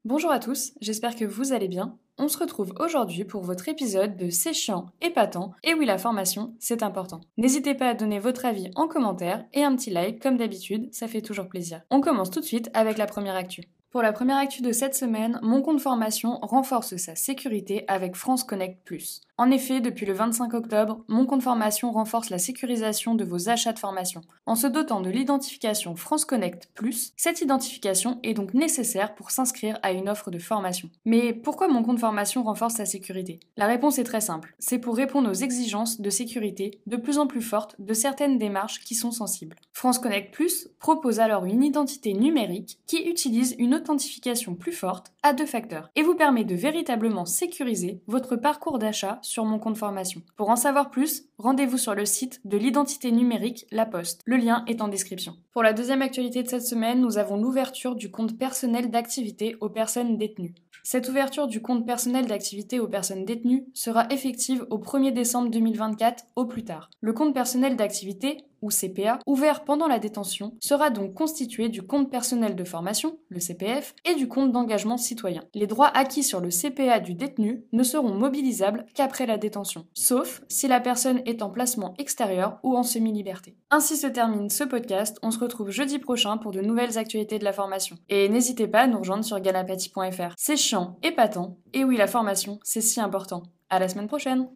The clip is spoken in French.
Bonjour à tous, j'espère que vous allez bien. On se retrouve aujourd'hui pour votre épisode de C'est chiant, épatant, et oui la formation, c'est important. N'hésitez pas à donner votre avis en commentaire et un petit like comme d'habitude, ça fait toujours plaisir. On commence tout de suite avec la première actu. Pour la première actu de cette semaine, mon compte formation renforce sa sécurité avec France Connect Plus. En effet, depuis le 25 octobre, mon compte formation renforce la sécurisation de vos achats de formation. En se dotant de l'identification France Connect Plus, cette identification est donc nécessaire pour s'inscrire à une offre de formation. Mais pourquoi mon compte formation renforce sa sécurité ? La réponse est très simple. C'est pour répondre aux exigences de sécurité de plus en plus fortes de certaines démarches qui sont sensibles. France Connect Plus propose alors une identité numérique qui utilise une authentification plus forte à 2 facteurs et vous permet de véritablement sécuriser votre parcours d'achat sur mon compte formation. Pour en savoir plus, rendez-vous sur le site de l'identité numérique La Poste. Le lien est en description. Pour la deuxième actualité de cette semaine, nous avons l'ouverture du compte personnel d'activité aux personnes détenues. Cette ouverture du compte personnel d'activité aux personnes détenues sera effective au 1er décembre 2024 au plus tard. Le compte personnel d'activité, ou CPA, ouvert pendant la détention, sera donc constitué du compte personnel de formation, le CPF, et du compte d'engagement citoyen. Les droits acquis sur le CPA du détenu ne seront mobilisables qu'après la détention, sauf si la personne est en placement extérieur ou en semi-liberté. Ainsi se termine ce podcast, on se retrouve jeudi prochain pour de nouvelles actualités de la formation. Et n'hésitez pas à nous rejoindre sur galapati.fr. C'est chiant, épatant, et oui la formation, c'est si important. À la semaine prochaine!